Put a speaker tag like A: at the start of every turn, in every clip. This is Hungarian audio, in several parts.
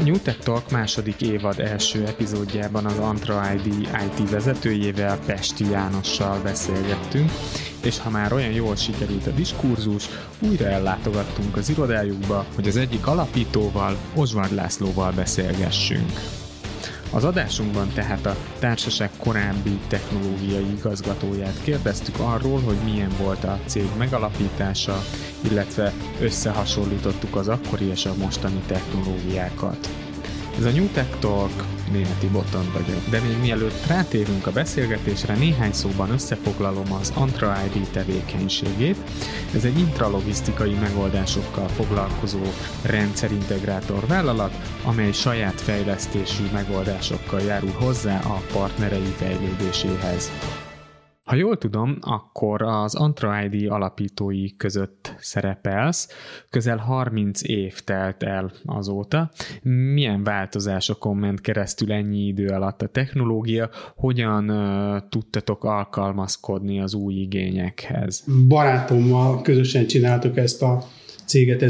A: A New Tech Talk második évad első epizódjában az Antra ID IT vezetőjével, Pesti Jánossal beszélgettünk, és ha már olyan jól sikerült a diskurzus, újra ellátogattunk az irodájukba, hogy az egyik alapítóval, Osvald Lászlóval beszélgessünk. Az adásunkban tehát a társaság korábbi technológiai igazgatóját kérdeztük arról, hogy milyen volt a cég megalapítása, illetve összehasonlítottuk az akkori és a mostani technológiákat. Ez a New Tech Talk, Németi Botond vagyok, de még mielőtt rátérünk a beszélgetésre, néhány szóban összefoglalom az Antra ID tevékenységét. Ez egy intralogisztikai megoldásokkal foglalkozó rendszerintegrátor vállalat, amely saját fejlesztésű megoldásokkal járul hozzá a partnerei fejlődéséhez. Ha jól tudom, akkor az Antra ID alapítói között szerepelsz, közel 30 év telt el azóta. Milyen változásokon ment keresztül ennyi idő alatt a technológia, hogyan tudtatok alkalmazkodni az új igényekhez?
B: Barátommal közösen csináltuk ezt a céget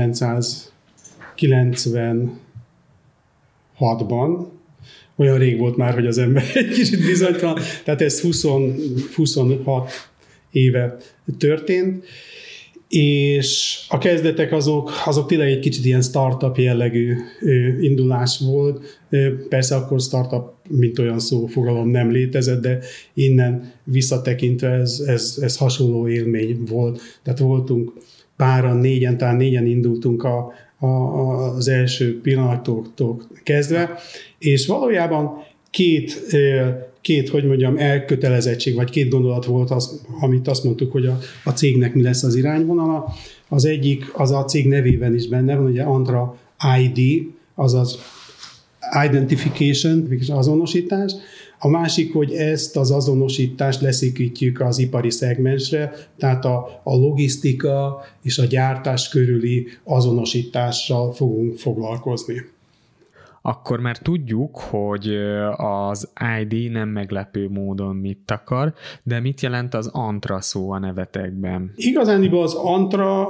B: 1996-ban, olyan rég volt már, hogy az ember egy kicsit bizonytalan, tehát ez 26 éve történt, és a kezdetek azok tényleg egy kicsit ilyen startup jellegű indulás volt. Persze akkor startup, mint olyan fogalom nem létezett, de innen visszatekintve ez hasonló élmény volt. Tehát voltunk páran, talán négyen indultunk az első pillanattól kezdve, és valójában két elkötelezettség, vagy két gondolat volt az, amit azt mondtuk, hogy a cégnek mi lesz az irányvonala. Az egyik, az a cég nevében is benne van, ugye Antra ID, azaz Identification, azonosítás. A másik, hogy ezt az azonosítást leszűkítjük az ipari szegmensre, tehát a logisztika és a gyártás körüli azonosítással fogunk foglalkozni.
A: Akkor már tudjuk, hogy az ID nem meglepő módon mit akar, de mit jelent az Antra szó a nevetekben?
B: Igazániból az Antra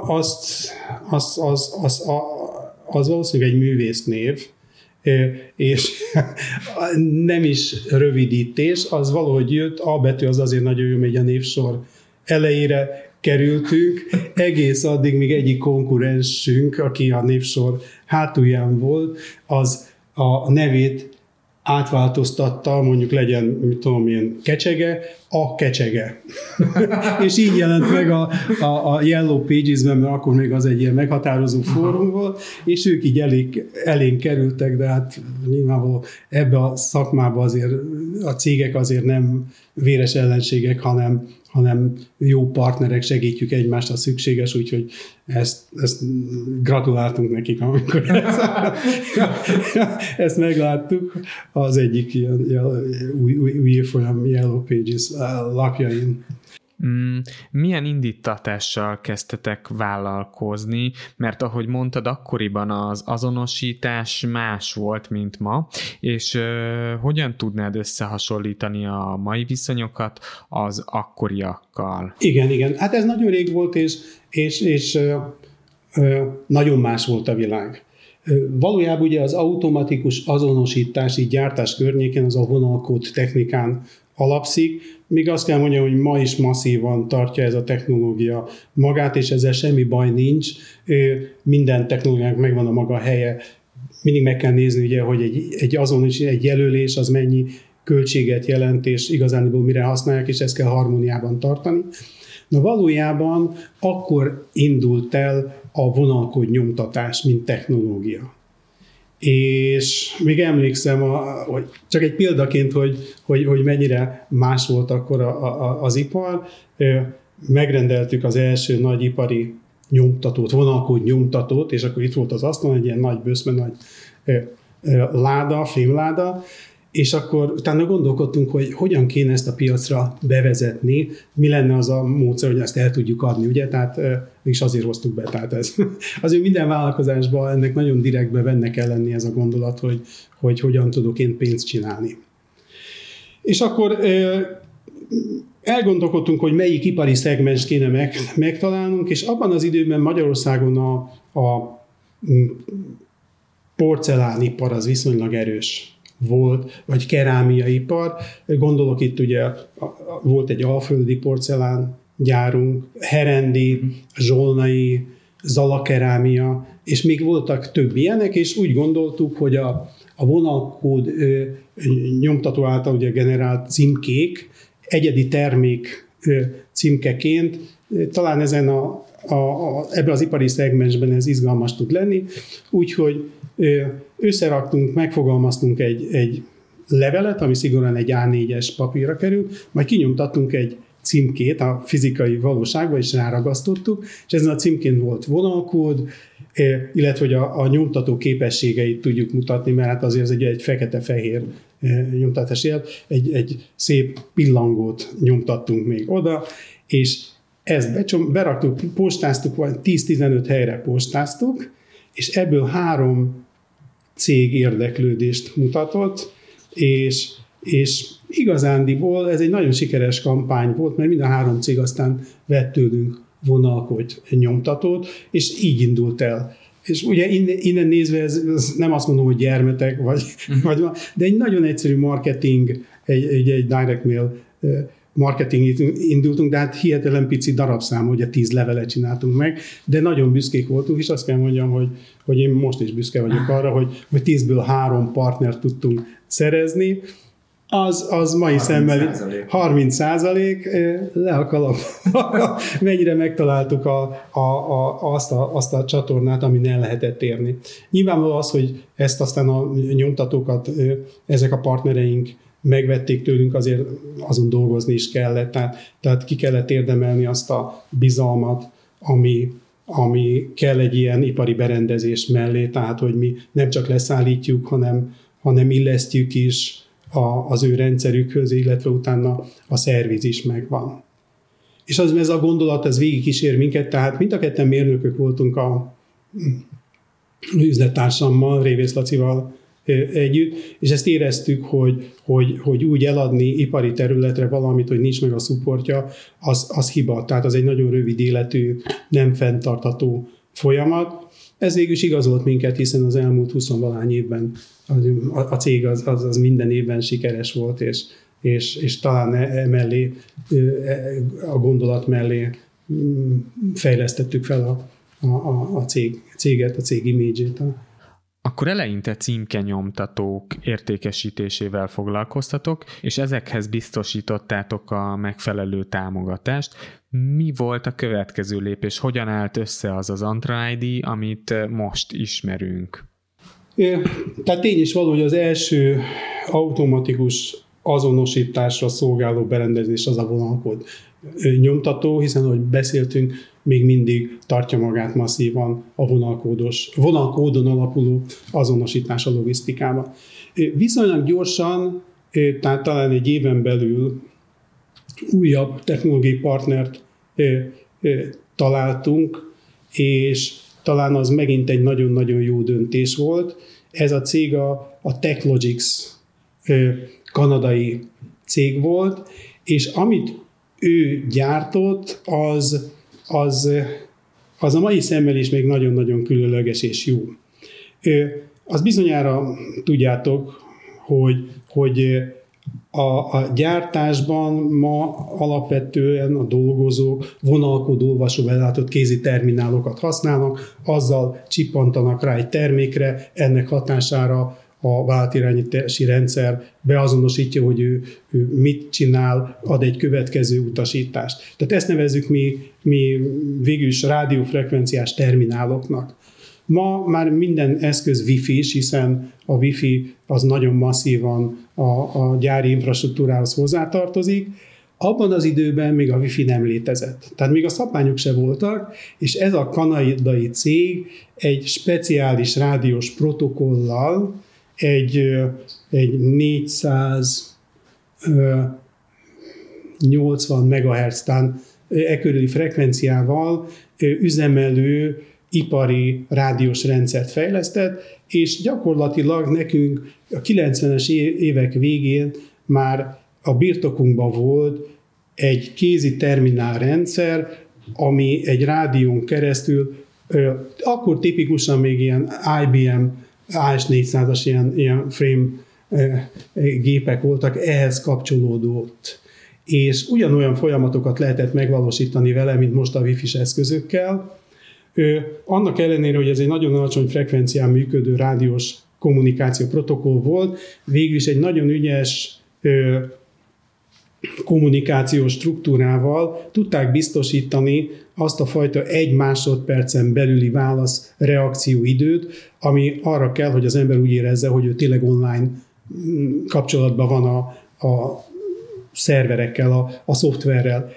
B: az valószínűleg egy művésznév, és nem is rövidítés, az valahogy jött, A betű az azért nagyon jó, hogy a névsor elejére kerültünk, egész addig még egyik konkurensünk, aki a névsor hátulján volt, az a nevét átváltoztatta, mondjuk legyen, mit tudom én, Kecsege, a Kecsege. És így jelent meg a Yellow Pages-ben, mert akkor még az egy ilyen meghatározó fórum volt, és ők így elénk kerültek, de hát nyilvánvalóan ebbe a szakmába azért a cégek azért nem véres ellenségek, hanem jó partnerek, segítjük egymást, ha szükséges, úgyhogy ezt gratuláltunk nekik, amikor ezt megláttuk az egyik ilyen új évfolyam Yellow Pages lapjain.
A: Milyen indítatással kezdtetek vállalkozni, mert ahogy mondtad, akkoriban az azonosítás más volt, mint ma, és hogyan tudnád összehasonlítani a mai viszonyokat az akkoriakkal?
B: Igen. Hát ez nagyon rég volt, és nagyon más volt a világ. Valójában ugye az automatikus azonosítási gyártás környékén az a vonalkód technikán alapszik, még azt kell mondjam, hogy ma is masszívan tartja ez a technológia magát, és ezzel semmi baj nincs. Minden technológiának megvan a maga helye. Mindig meg kell nézni, ugye, hogy egy jelölés az mennyi költséget jelent, és igazából mire használják, és ezt kell harmóniában tartani. Na valójában akkor indult el a vonalkód nyomtatás, mint technológia. És még emlékszem, hogy csak egy példaként, hogy mennyire más volt akkor az ipar, megrendeltük az első nagy ipari nyomtatót, vonalkód nyomtatót, és akkor itt volt az asztalon egy ilyen nagy böszme, nagy láda, fémláda, és akkor utána gondolkodtunk, hogy hogyan kéne ezt a piacra bevezetni, mi lenne az a módszer, hogy ezt el tudjuk adni, ugye? Tehát mégis azért hoztuk be. Tehát ez, azért minden vállalkozásban ennek nagyon direktben benne kell lenni ez a gondolat, hogy hogyan tudok én pénzt csinálni. És akkor elgondolkodtunk, hogy melyik ipari szegmens kéne megtalálnunk, és abban az időben Magyarországon porcelánipar az viszonylag erős volt, vagy kerámiaipar. Gondolok itt ugye, volt egy alföldi porcelán gyárunk, herendi, zsolnai, zalakerámia, és még voltak több ilyenek, és úgy gondoltuk, hogy a vonalkód nyomtató által ugye generált címkék egyedi termék címkeként talán ezen ebben az ipari szegmensben ez izgalmas tud lenni, úgyhogy összeraktunk, megfogalmaztunk egy levelet, ami szigorúan egy A4-es papírra kerül, majd kinyomtattunk egy címkét a fizikai valóságba, és ráragasztottuk, és ezen a címkén volt vonalkód, illetve hogy a nyomtató képességeit tudjuk mutatni, mert hát azért ez egy fekete-fehér nyomtatás élet, egy szép pillangót nyomtattunk még oda, és ezt beraktuk, postáztuk, vagy 10-15 helyre postáztuk, és ebből 3 cég érdeklődést mutatott, és igazándiból ez egy nagyon sikeres kampány volt, mert mind a 3 cég aztán vett tőlünk vonalkód nyomtatót, és így indult el. És ugye innen nézve ez nem azt mondom, hogy gyermetek, vagy de egy nagyon egyszerű marketing, egy direct mail marketing indultunk, de hát hihetetlen pici darabszám, ugye 10 levelet csináltunk meg, de nagyon büszkék voltunk, és azt kell mondjam, hogy én most is büszke vagyok arra, hogy 10-ből 3 partnert tudtunk szerezni. Az mai szemmel 30%, le a kalap. Mennyire megtaláltuk azt a csatornát, amin el lehetett érni. Nyilvánvaló az, hogy ezt aztán a nyomtatókat, ezek a partnereink megvették tőlünk, azért azon dolgozni is kellett, tehát ki kellett érdemelni azt a bizalmat, ami kell egy ilyen ipari berendezés mellé, tehát hogy mi nem csak leszállítjuk, hanem illesztjük is az ő rendszerükhöz, illetve utána a szerviz is megvan. És ez a gondolat, ez végig kísér minket, tehát mind a ketten mérnökök voltunk a üzlettársammal, Révész Lacival együtt, és ezt éreztük, hogy úgy eladni ipari területre valamit, hogy nincs meg a szupportja, az hiba. Tehát az egy nagyon rövid életű, nem fenntartható folyamat. Ez végül is igazolt minket, hiszen az elmúlt 20-valány évben a cég az minden évben sikeres volt, és talán emellé, a gondolat mellé fejlesztettük fel a céget, a cég imidzsét.
A: Akkor eleinte címkenyomtatók értékesítésével foglalkoztatok, és ezekhez biztosítottátok a megfelelő támogatást. Mi volt a következő lépés? Hogyan állt össze az Antra ID, amit most ismerünk?
B: Tehát tény is való, hogy az első automatikus azonosításra szolgáló berendezés az a vonalkód nyomtató, hiszen ahogy beszéltünk, még mindig tartja magát masszívan a vonalkódon alapuló azonosítás a logisztikában. Viszonylag gyorsan, tehát talán egy éven belül újabb technológiai partnert találtunk, és talán az megint egy nagyon-nagyon jó döntés volt. Ez a cég a Techlogix kanadai cég volt, és amit ő gyártott, az a mai szemmel is még nagyon-nagyon különleges és jó. Azt bizonyára tudjátok, hogy a gyártásban ma alapvetően a dolgozók vonalkódó, olvasó ellátott kézi terminálokat használnak, azzal csippantanak rá egy termékre, ennek hatására a vállalatirányítási rendszer beazonosítja, hogy ő mit csinál, ad egy következő utasítást. Tehát ezt nevezzük mi végül is rádiófrekvenciás termináloknak. Ma már minden eszköz Wi-Fi-s, hiszen a Wi-Fi az nagyon masszívan a gyári infrastruktúrához hozzátartozik. Abban az időben még a Wi-Fi nem létezett. Tehát még a szabványok se voltak, és ez a kanadai cég egy speciális rádiós protokollal, egy 480 MHz-tán körüli frekvenciával üzemelő ipari rádiós rendszert fejlesztett, és gyakorlatilag nekünk a 90-es évek végén már a birtokunkban volt egy kézi terminálrendszer, ami egy rádión keresztül, akkor tipikusan még ilyen IBM AS400-as ilyen frame gépek voltak, ehhez kapcsolódott. És ugyanolyan folyamatokat lehetett megvalósítani vele, mint most a Wi-Fi-s eszközökkel. Annak ellenére, hogy ez egy nagyon alacsony frekvencián működő rádiós kommunikáció protokoll volt, végül is egy nagyon ügyes kommunikációs struktúrával tudták biztosítani azt a fajta 1 másodpercen belüli válasz-reakció időt, ami arra kell, hogy az ember úgy érezze, hogy ő tényleg online kapcsolatban van a szerverekkel, a szoftverrel.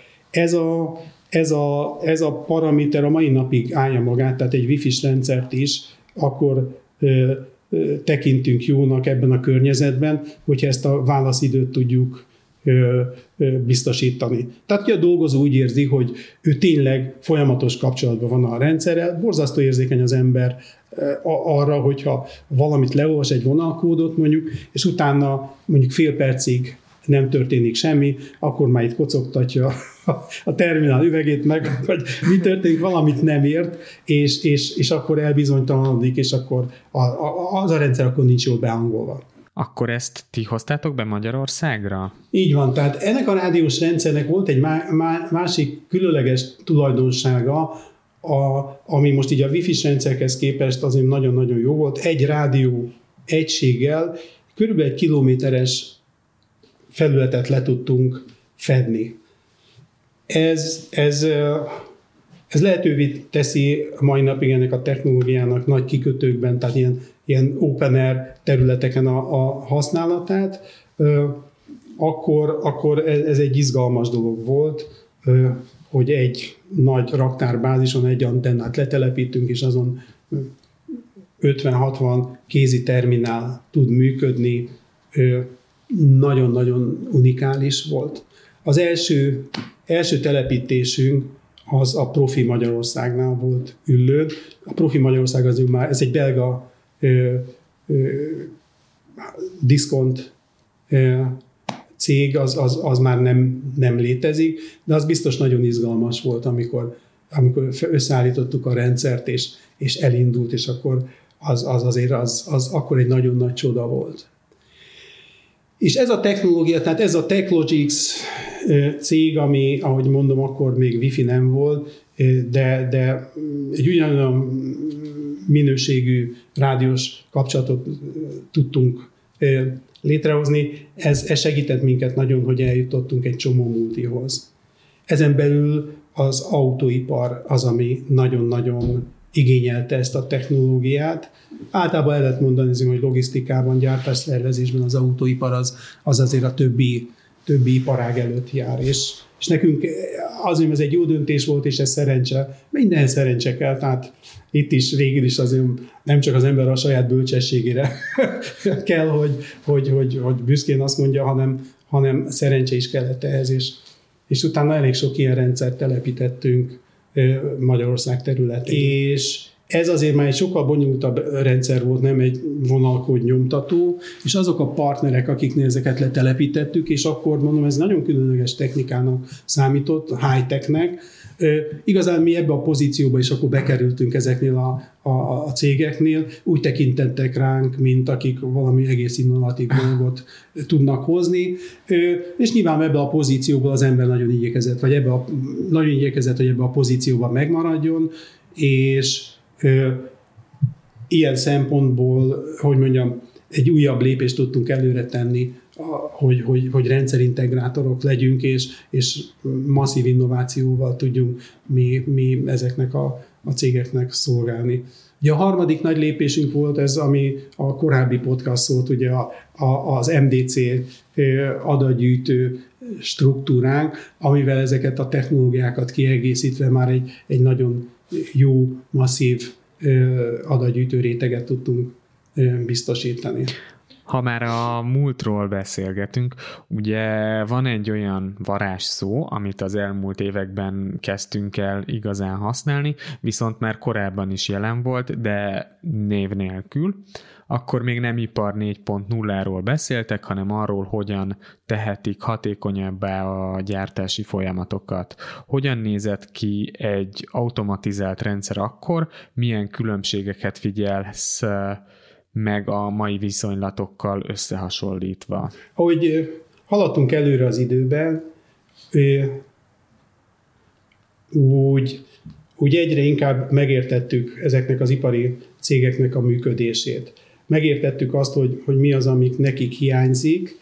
B: Ez a paraméter a mai napig állja magát, tehát egy Wi-Fi-s rendszert is akkor tekintünk jónak ebben a környezetben, hogyha ezt a válaszidőt tudjuk biztosítani. Tehát a dolgozó úgy érzi, hogy ő tényleg folyamatos kapcsolatban van a rendszerrel, borzasztó érzékeny az ember arra, hogyha valamit leolvas, egy vonalkódot mondjuk, és utána mondjuk fél percig nem történik semmi, akkor már itt kocogtatja a terminál üvegét meg, hogy mi történik, valamit nem ért, és akkor elbizonytalanodik, és akkor az a rendszer akkor nincs jól behangolva.
A: Akkor ezt ti hoztátok be Magyarországra?
B: Így van, tehát ennek a rádiós rendszernek volt egy másik különleges tulajdonsága, ami most így a Wi-Fi-s rendszerhez képest azért nagyon-nagyon jó volt. Egy rádió egységgel körülbelül 1 kilométeres felületet le tudtunk fedni. Ez lehetővé teszi mai napig ennek a technológiának nagy kikötőkben, tehát ilyen open air területeken a használatát, akkor ez egy izgalmas dolog volt, hogy egy nagy raktárbázison egy antennát letelepítünk, és azon 50-60 kézi terminál tud működni, nagyon-nagyon unikális volt. Az első telepítésünk az a Profi Magyarországnál volt Üllőn. A Profi Magyarország az már, ez egy belga diszkont cég, az már nem létezik, de az biztos nagyon izgalmas volt, amikor összeállítottuk a rendszert, és elindult, és akkor az akkor egy nagyon nagy csoda volt. És ez a technológia, tehát ez a Techlogix cég, ami, ahogy mondom, akkor még Wi-Fi nem volt, de egy ugyanolyan minőségű rádiós kapcsolatot tudtunk létrehozni. Ez segített minket nagyon, hogy eljutottunk egy csomó multihoz. Ezen belül az autóipar az, ami nagyon-nagyon igényelte ezt a technológiát. Általában el lehet mondani, hogy logisztikában, gyártásszervezésben az autóipar az azért a többi iparág előtt jár. És nekünk azért ez egy jó döntés volt, és ez szerencse. Minden szerencse kell, tehát itt is végül is azért nem csak az ember a saját bölcsességére kell, hogy büszkén azt mondja, hanem szerencse is kellett ehhez, és utána elég sok ilyen rendszert telepítettünk Magyarország területén. És ez azért már egy sokkal bonyolultabb rendszer volt, nem egy vonalkód nyomtató, és azok a partnerek, akiknél ezeket letelepítettük, és akkor mondom, ez nagyon különleges technikának számított, high-technek. Igazán mi ebbe a pozícióba is akkor bekerültünk ezeknél a cégeknél, úgy tekintettek ránk, mint akik valami egész innovatív dolgot tudnak hozni, és nyilván ebbe a pozícióból az ember nagyon igyekezett, hogy ebbe a pozícióban megmaradjon, és ilyen szempontból, hogy mondjam, egy újabb lépést tudtunk előre tenni, hogy rendszerintegrátorok legyünk, és masszív innovációval tudjunk mi ezeknek a cégeknek szolgálni. Ugye a harmadik nagy lépésünk volt ez, ami a korábbi podcast szólt, ugye az MDC adatgyűjtő struktúránk, amivel ezeket a technológiákat kiegészítve már egy nagyon jó, masszív adatgyűjtő réteget tudtunk biztosítani.
A: Ha már a múltról beszélgetünk, ugye van egy olyan varázsszó, amit az elmúlt években kezdtünk el igazán használni, viszont már korábban is jelen volt, de név nélkül. Akkor még nem ipar 4.0-ról beszéltek, hanem arról, hogyan tehetik hatékonyabbá a gyártási folyamatokat. Hogyan nézett ki egy automatizált rendszer akkor, milyen különbségeket figyelsz meg a mai viszonylatokkal összehasonlítva?
B: Ahogy haladtunk előre az időben, úgy egyre inkább megértettük ezeknek az ipari cégeknek a működését. Megértettük azt, hogy mi az, amik nekik hiányzik,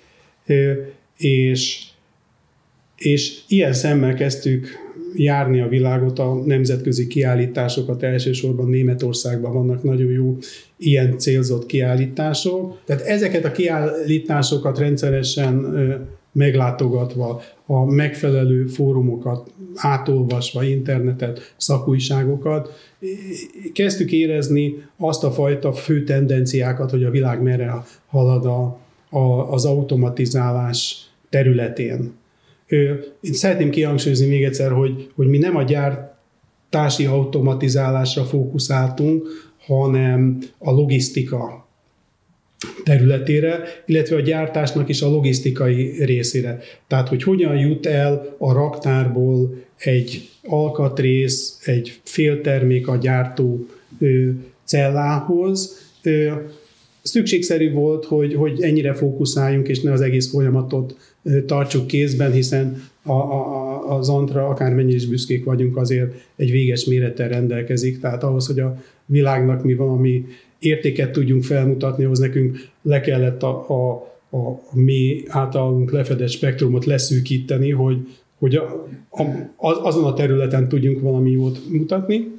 B: és ilyen szemmel kezdtük járni a világot, a nemzetközi kiállításokat, elsősorban Németországban vannak nagyon jó ilyen célzott kiállítások. Tehát ezeket a kiállításokat rendszeresen meglátogatva, a megfelelő fórumokat átolvasva, internetet, szakújságokat, kezdtük érezni azt a fajta fő tendenciákat, hogy a világ merre halad az automatizálás területén. Én szeretném kihangsúlyozni még egyszer, hogy mi nem a gyártási automatizálásra fókuszáltunk, hanem a logisztika területére, illetve a gyártásnak is a logisztikai részére. Tehát, hogy hogyan jut el a raktárból egy alkatrész, egy féltermék a gyártó cellához. Szükségszerű volt, hogy ennyire fókuszáljunk, és ne az egész folyamatot tartsuk kézben, hiszen az Antra, akármennyire is büszkék vagyunk, azért egy véges mérettel rendelkezik. Tehát ahhoz, hogy a világnak mi valami értéket tudjunk felmutatni, ahhoz nekünk le kellett a mi általunk lefedett spektrumot leszűkíteni, hogy azon a területen tudjunk valami jót mutatni.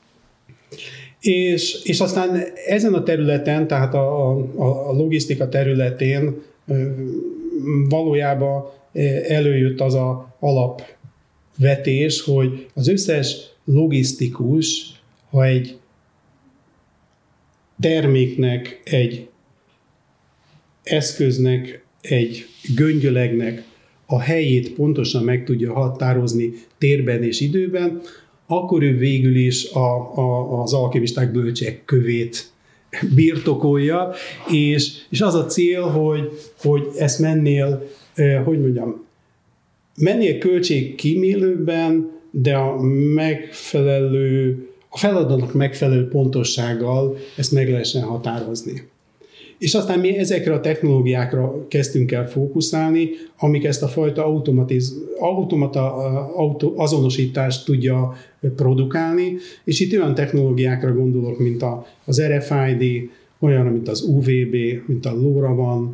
B: És aztán ezen a területen, tehát a logisztika területén valójában előjött az az alapvetés, hogy az összes logisztikus, ha egy terméknek, egy eszköznek, egy göngyölegnek a helyét pontosan meg tudja határozni térben és időben, akkor ő végül is az alkimisták bölcsek kövét birtokolja, és az a cél, hogy ezt mennél költségkímélőbben, de a feladatnak megfelelő pontossággal ezt meg lehessen határozni. És aztán mi ezekre a technológiákra kezdtünk el fókuszálni, amik ezt a fajta azonosítást tudja produkálni, és itt olyan technológiákra gondolok, mint az RFID, olyan, mint az UVB, mint a LoRaWAN.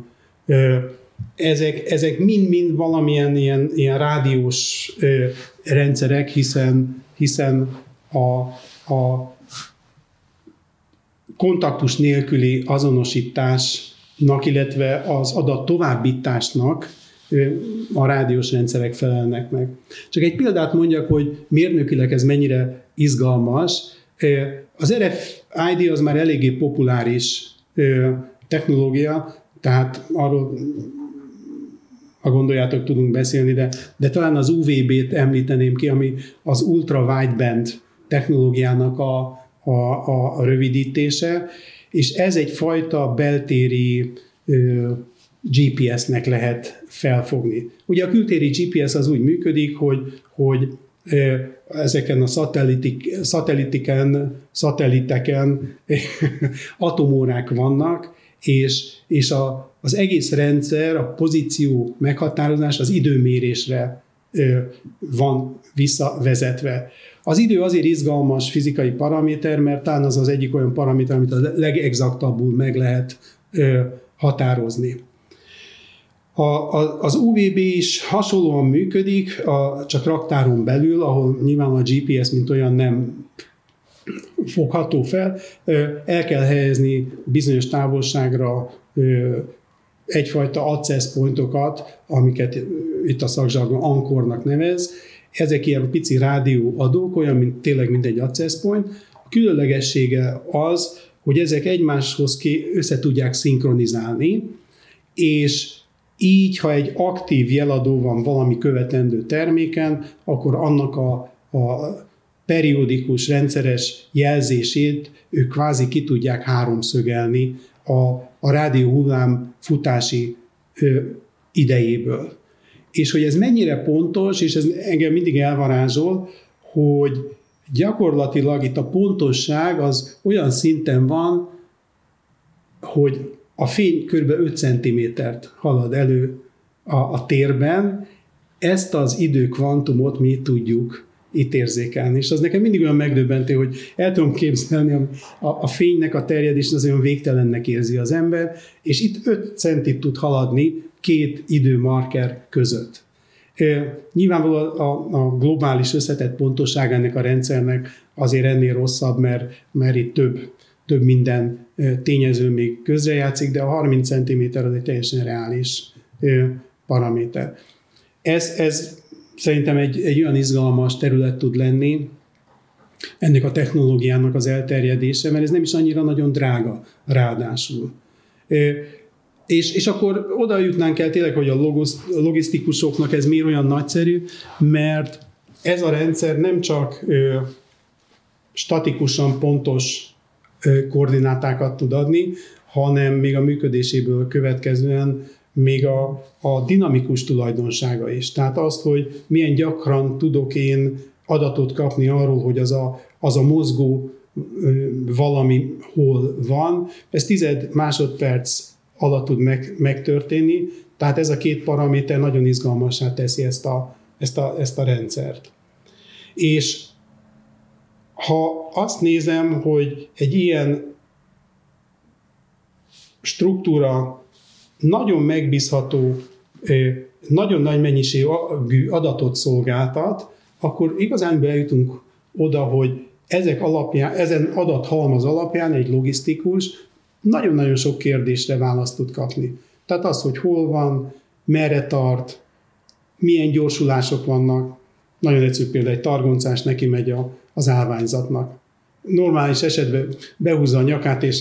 B: Ezek mind-mind valamilyen ilyen rádiós rendszerek, hiszen a kontaktus nélküli azonosításnak, illetve az adat továbbításnak a rádiós rendszerek felelnek meg. Csak egy példát mondjak, hogy mérnökileg ez mennyire izgalmas. Az RFID az már eléggé populáris technológia, tehát arról, ha gondoljátok, tudunk beszélni, de talán az UVB-t említeném ki, ami az Ultra Wideband technológiának a rövidítése, és ez egyfajta beltéri GPS-nek lehet felfogni. Ugye a kültéri GPS az úgy működik, hogy ezeken a szatelliteken atomórák vannak, és az egész rendszer, a pozíció meghatározás az időmérésre van visszavezetve. Az idő azért izgalmas fizikai paraméter, mert talán az az egyik olyan paraméter, amit a legexaktabbul meg lehet határozni. Az UVB is hasonlóan működik, csak raktáron belül, ahol nyilván a GPS mint olyan nem fogható fel, el kell helyezni bizonyos távolságra egyfajta access pointokat, amiket itt a szakzsargon ankornak nevez. Ezek ilyen pici rádióadók, olyan, tényleg mint egy access point. A különlegessége az, hogy ezek egymáshoz össze tudják szinkronizálni, és így, ha egy aktív jeladó van valami követendő terméken, akkor annak a periódikus, rendszeres jelzését ők kvázi ki tudják háromszögelni a rádióhullám futási idejéből. És hogy ez mennyire pontos, és ez engem mindig elvarázsol, hogy gyakorlatilag itt a pontosság az olyan szinten van, hogy a fény kb. 5 cm-t halad elő a térben, ezt az időkvantumot mi tudjuk itt érzékelni. És az nekem mindig olyan megdöbbentő, hogy el tudom képzelni, a fénynek a terjedést az olyan végtelennek érzi az ember, és itt 5 centit tud haladni 2 időmarker között. Nyilvánvalóan a globális összetett pontosság ennek a rendszernek azért ennél rosszabb, mert itt több minden tényező még közrejátszik, de a 30 cm az egy teljesen reális paraméter. Ez szerintem egy olyan izgalmas terület tud lenni, ennek a technológiának az elterjedése, mert ez nem is annyira nagyon drága ráadásul. És akkor oda jutnánk el tényleg, hogy a logisztikusoknak ez miért olyan nagyszerű, mert ez a rendszer nem csak statikusan pontos koordinátákat tud adni, hanem még a működéséből következően még a dinamikus tulajdonsága is. Tehát azt, hogy milyen gyakran tudok én adatot kapni arról, hogy az a mozgó valami hol van, ez 10 másodperc alatt tud megtörténni, tehát ez a 2 paraméter nagyon izgalmassá teszi ezt a rendszert. És ha azt nézem, hogy egy ilyen struktúra nagyon megbízható, nagyon nagy mennyiségű adatot szolgáltat, akkor igazán eljutunk oda, hogy ezen adathalmaz alapján egy logisztikus nagyon-nagyon sok kérdésre választ tud kapni. Tehát az, hogy hol van, merre tart, milyen gyorsulások vannak. Nagyon egyszerű példa, egy targoncás neki megy az állványzatnak. Normális esetben behúzza a nyakát, és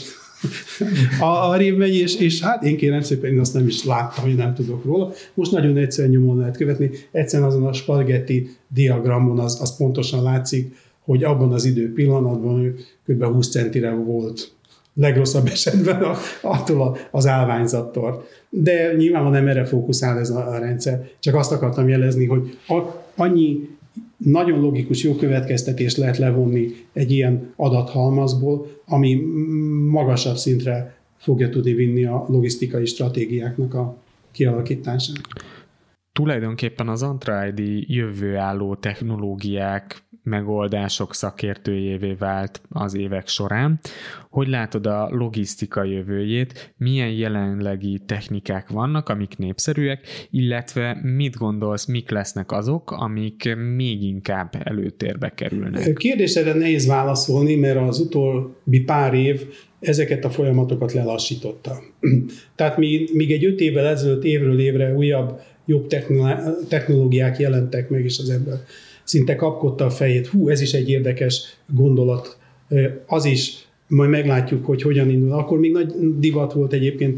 B: arrébb megy, és hát én kérem szépen, én azt nem is láttam, hogy nem tudok róla. Most nagyon egyszerűen nyomon lehet követni. Egyszerűen azon a spagetti diagramon az pontosan látszik, hogy abban az idő pillanatban ő kb. 20 centire volt legrosszabb esetben attól az állványzattól. De nyilvánvalóan nem erre fókuszál ez a rendszer. Csak azt akartam jelezni, hogy annyi nagyon logikus, jó következtetést lehet levonni egy ilyen adathalmazból, ami magasabb szintre fogja tudni vinni a logisztikai stratégiáknak a kialakítását.
A: Tulajdonképpen az Antra ID jövőálló technológiák, megoldások szakértőjévé vált az évek során. Hogy látod a logisztika jövőjét, milyen jelenlegi technikák vannak, amik népszerűek, illetve mit gondolsz, mik lesznek azok, amik még inkább előtérbe kerülnek?
B: Kérdésre nehéz válaszolni, mert az utóbbi pár év ezeket a folyamatokat lelassította. Tehát míg egy 5 évvel ezelőtt évről évre újabb, jobb technológiák jelentek meg, és az ember szinte kapkodta a fejét. Hú, ez is egy érdekes gondolat. Az is, majd meglátjuk, hogy hogyan indul. Akkor még nagy divat volt egyébként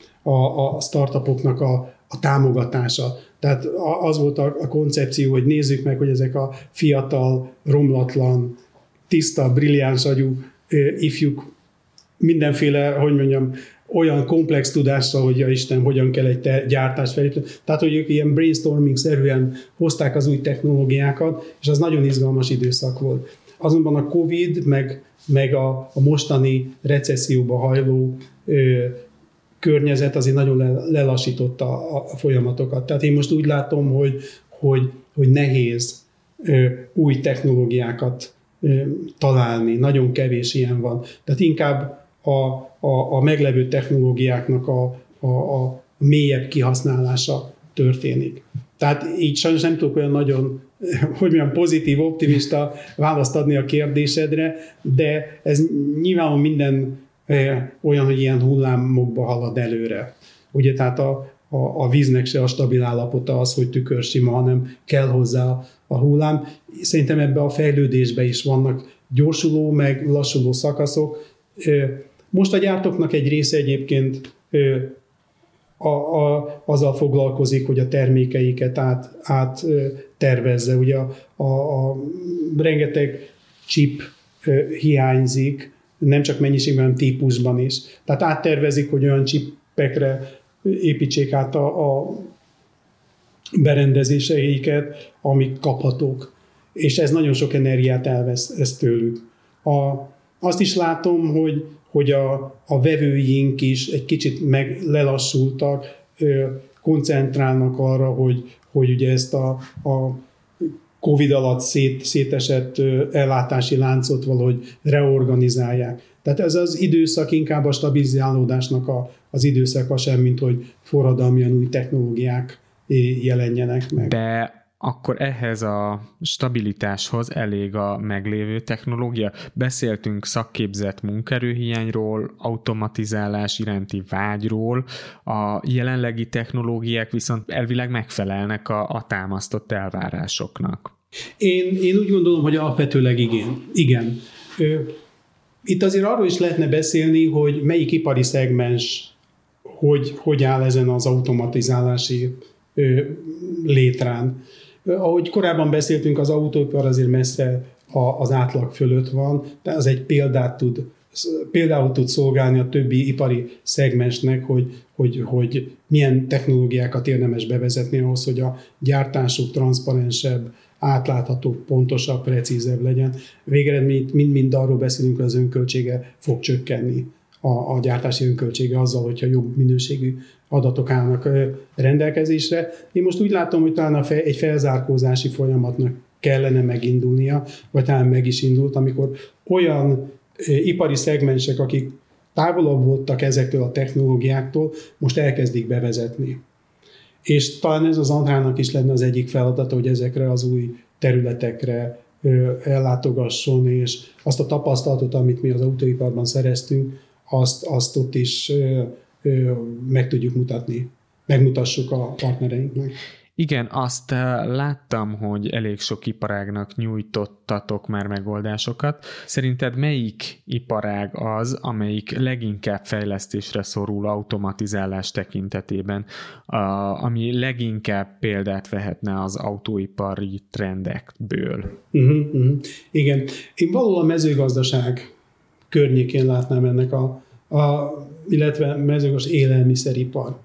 B: a startupoknak a támogatása. Tehát az volt a koncepció, hogy nézzük meg, hogy ezek a fiatal, romlatlan, tiszta, brilliáns agyú ifjúk mindenféle, hogy mondjam, olyan komplex tudással, hogy ja Isten, hogyan kell egy gyártást felépíteni. Tehát, hogy ők ilyen brainstorming-szerűen hozták az új technológiákat, és az nagyon izgalmas időszak volt. Azonban a Covid, meg a mostani recesszióba hajló környezet azért nagyon lelassította a folyamatokat. Tehát én most úgy látom, hogy nehéz új technológiákat találni. Nagyon kevés ilyen van. Tehát inkább a meglevő technológiáknak a mélyebb kihasználása történik. Tehát így sajnos nem tudok olyan nagyon, hogy milyen pozitív, optimista választ adni a kérdésedre, de ez nyilvánvalóan minden olyan, hogy ilyen hullámokba halad előre. Ugye tehát a víznek se a stabil állapota az, hogy tükörsima, hanem kell hozzá a hullám. Szerintem ebben a fejlődésben is vannak gyorsuló, meg lassuló szakaszok. Most a gyártóknak egy része egyébként azzal foglalkozik, hogy a termékeiket áttervezze. Ugye a rengeteg chip hiányzik, nem csak mennyiségben, hanem típusban is. Tehát áttervezik, hogy olyan chipekre építsék át a berendezéseiket, amik kaphatók. És ez nagyon sok energiát elvesz tőlük. Azt is látom, hogy a vevőink is egy kicsit lelassultak, koncentrálnak arra, hogy ugye ezt a Covid alatt szétesett ellátási láncot valahogy reorganizálják. Tehát ez az időszak inkább a stabilizálódásnak az időszaka sem, mint hogy forradalmian új technológiák jelenjenek meg.
A: De akkor ehhez a stabilitáshoz elég a meglévő technológia. Beszéltünk szakképzett munkaerőhiányról, automatizálás iránti vágyról, a jelenlegi technológiák viszont elvileg megfelelnek a támasztott elvárásoknak.
B: Én úgy gondolom, hogy alapvetőleg igen. Itt azért arról is lehetne beszélni, hogy melyik ipari szegmens hogy áll ezen az automatizálási létrán. Ahogy korábban beszéltünk, az autóipar azért messze az átlag fölött van, de az egy például tud szolgálni a többi ipari szegmensnek, hogy milyen technológiákat érdemes bevezetni ahhoz, hogy a gyártásuk transzparensebb, átlátható, pontosabb, precízebb legyen. Végeredményt mind arról beszélünk, hogy az önköltsége fog csökkenni, a gyártási önköltsége azzal, hogyha jobb minőségű adatok állnak rendelkezésre. Én most úgy látom, hogy talán egy felzárkózási folyamatnak kellene megindulnia, vagy talán meg is indult, amikor olyan ipari szegmensek, akik távolabb voltak ezektől a technológiáktól, most elkezdik bevezetni. És talán ez az Antrának is lenne az egyik feladata, hogy ezekre az új területekre ellátogasson, és azt a tapasztalatot, amit mi az autóiparban szereztünk, azt ott is meg tudjuk mutatni, megmutassuk a partnereinknek.
A: Igen, azt láttam, hogy elég sok iparágnak nyújtottatok már megoldásokat. Szerinted melyik iparág az, amelyik leginkább fejlesztésre szorul automatizálás tekintetében, ami leginkább példát vehetne az autóipari trendekből?
B: Igen. Én valahol a mezőgazdaság környékén látnám ennek illetve mezőgazdaság élelmiszeripar,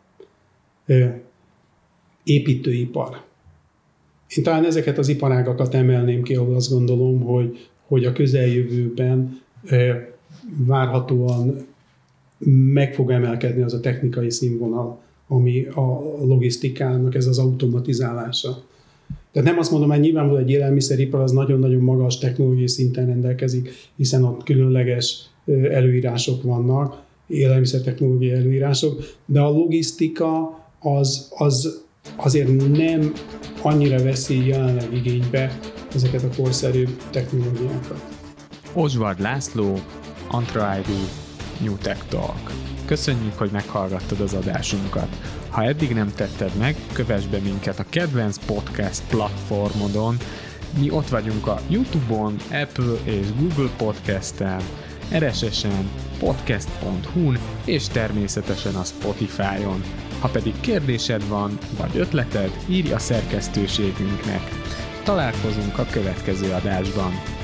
B: építőipar. Én talán ezeket az iparágakat emelném ki, ahol azt gondolom, hogy a közeljövőben várhatóan meg fog emelkedni az a technikai színvonal, ami a logisztikának ez az automatizálása. Tehát nem azt mondom, hogy nyilvánvalóan egy élelmiszeripar az nagyon-nagyon magas technológiai szinten rendelkezik, hiszen ott különleges előírások vannak, élelmiszertechnológiai előírások, de a logisztika az azért nem annyira veszi jelenleg igénybe ezeket a korszerű technológiákat.
A: Oswald László, Antra ID, New Tech Talk. Köszönjük, hogy meghallgattad az adásunkat. Ha eddig nem tetted meg, kövess be minket a kedvenc podcast platformodon. Mi ott vagyunk a YouTube-on, Apple és Google Podcast-en, RSS-en, podcast.hu-n és természetesen a Spotify-on. Ha pedig kérdésed van, vagy ötleted, írj a szerkesztőségünknek. Találkozunk a következő adásban.